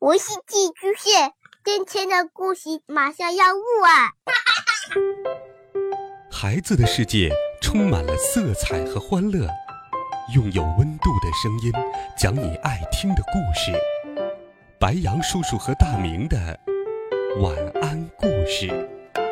我是寄居蟹，今天的故事马上要录啊！ 孩子的世界充满了色彩和欢乐，用有温度的声音讲你爱听的故事。白杨叔叔和大明的晚安故事。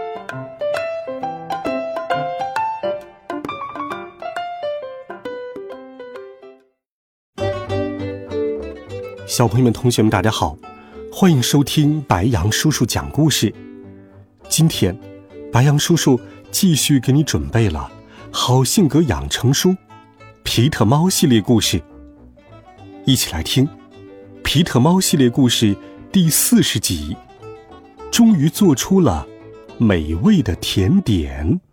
小朋友们、同学们，大家好，欢迎收听白杨叔叔讲故事。今天，白杨叔叔继续给你准备了好性格养成书皮特猫系列故事，一起来听皮特猫系列故事第40集，终于做出了美味的甜点。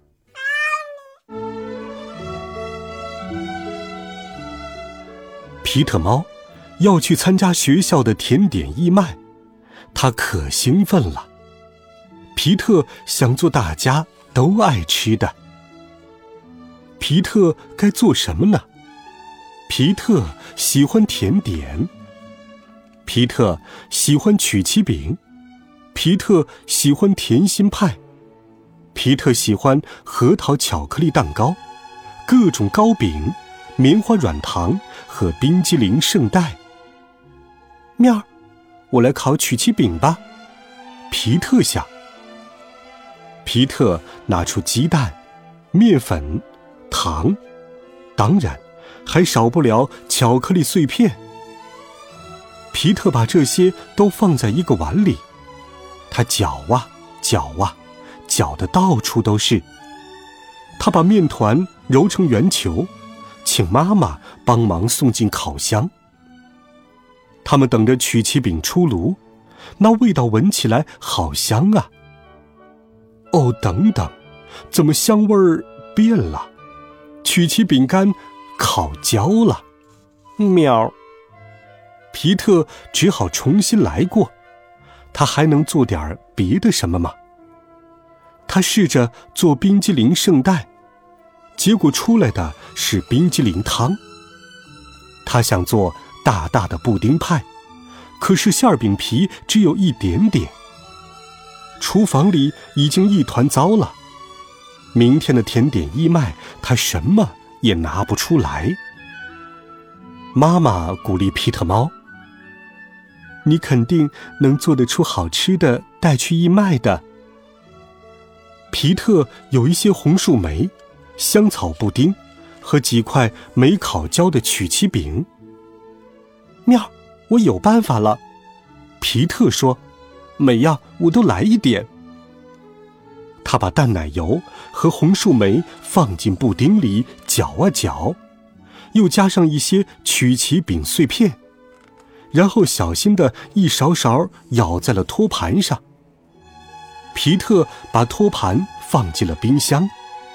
皮特猫要去参加学校的甜点义卖，他可兴奋了。皮特想做大家都爱吃的。皮特该做什么呢？皮特喜欢甜点，皮特喜欢曲奇饼，皮特喜欢甜心派，皮特喜欢核桃巧克力蛋糕，各种糕饼，棉花软糖和冰激凌圣代。喵，我来烤曲奇饼吧，皮特想。皮特拿出鸡蛋、面粉、糖，当然还少不了巧克力碎片。皮特把这些都放在一个碗里，他搅啊搅啊，搅得到处都是。他把面团揉成圆球，请妈妈帮忙送进烤箱。他们等着曲奇饼出炉，那味道闻起来好香啊！哦，等等，怎么香味儿变了？曲奇饼干烤焦了。喵！皮特只好重新来过。他还能做点别的什么吗？他试着做冰激凌圣代，结果出来的是冰激凌汤。他想做大大的布丁派，可是馅饼皮只有一点点。厨房里已经一团糟了。明天的甜点义卖，他什么也拿不出来。妈妈鼓励皮特猫：“你肯定能做得出好吃的带去义卖的。”皮特有一些红树莓、香草布丁和几块没烤焦的曲奇饼。喵，我有办法了，皮特说，每样我都来一点。他把淡奶油和红树莓放进布丁里搅啊搅，又加上一些曲奇饼碎片，然后小心地一勺勺舀在了托盘上。皮特把托盘放进了冰箱。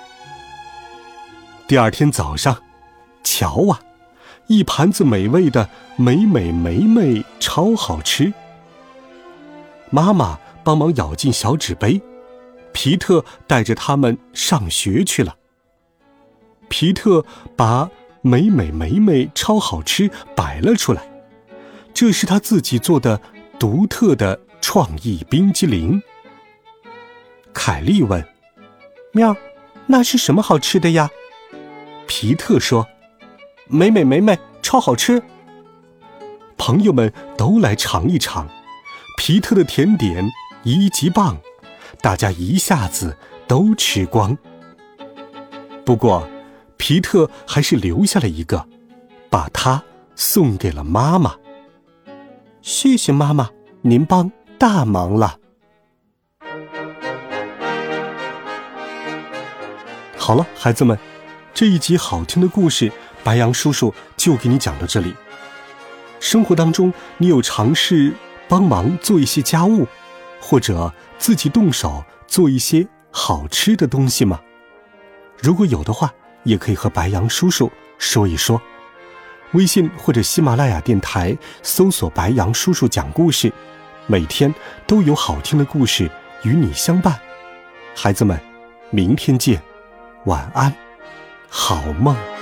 第二天早上，瞧啊，一盘子美味的美超好吃。妈妈帮忙舀进小纸杯，皮特带着他们上学去了。皮特把美超好吃摆了出来，这是他自己做的独特的创意冰激凌。凯莉问：“喵，那是什么好吃的呀？”皮特说：“美超好吃。”朋友们都来尝一尝，皮特的甜点1级棒，大家一下子都吃光。不过，皮特还是留下了一个，把它送给了妈妈。谢谢妈妈，您帮大忙了。好了，孩子们，这一集好听的故事，白杨叔叔就给你讲到这里。生活当中，你有尝试帮忙做一些家务，或者自己动手做一些好吃的东西吗？如果有的话，也可以和白杨叔叔说一说。微信或者喜马拉雅电台搜索白杨叔叔讲故事，每天都有好听的故事与你相伴。孩子们，明天见，晚安，好梦。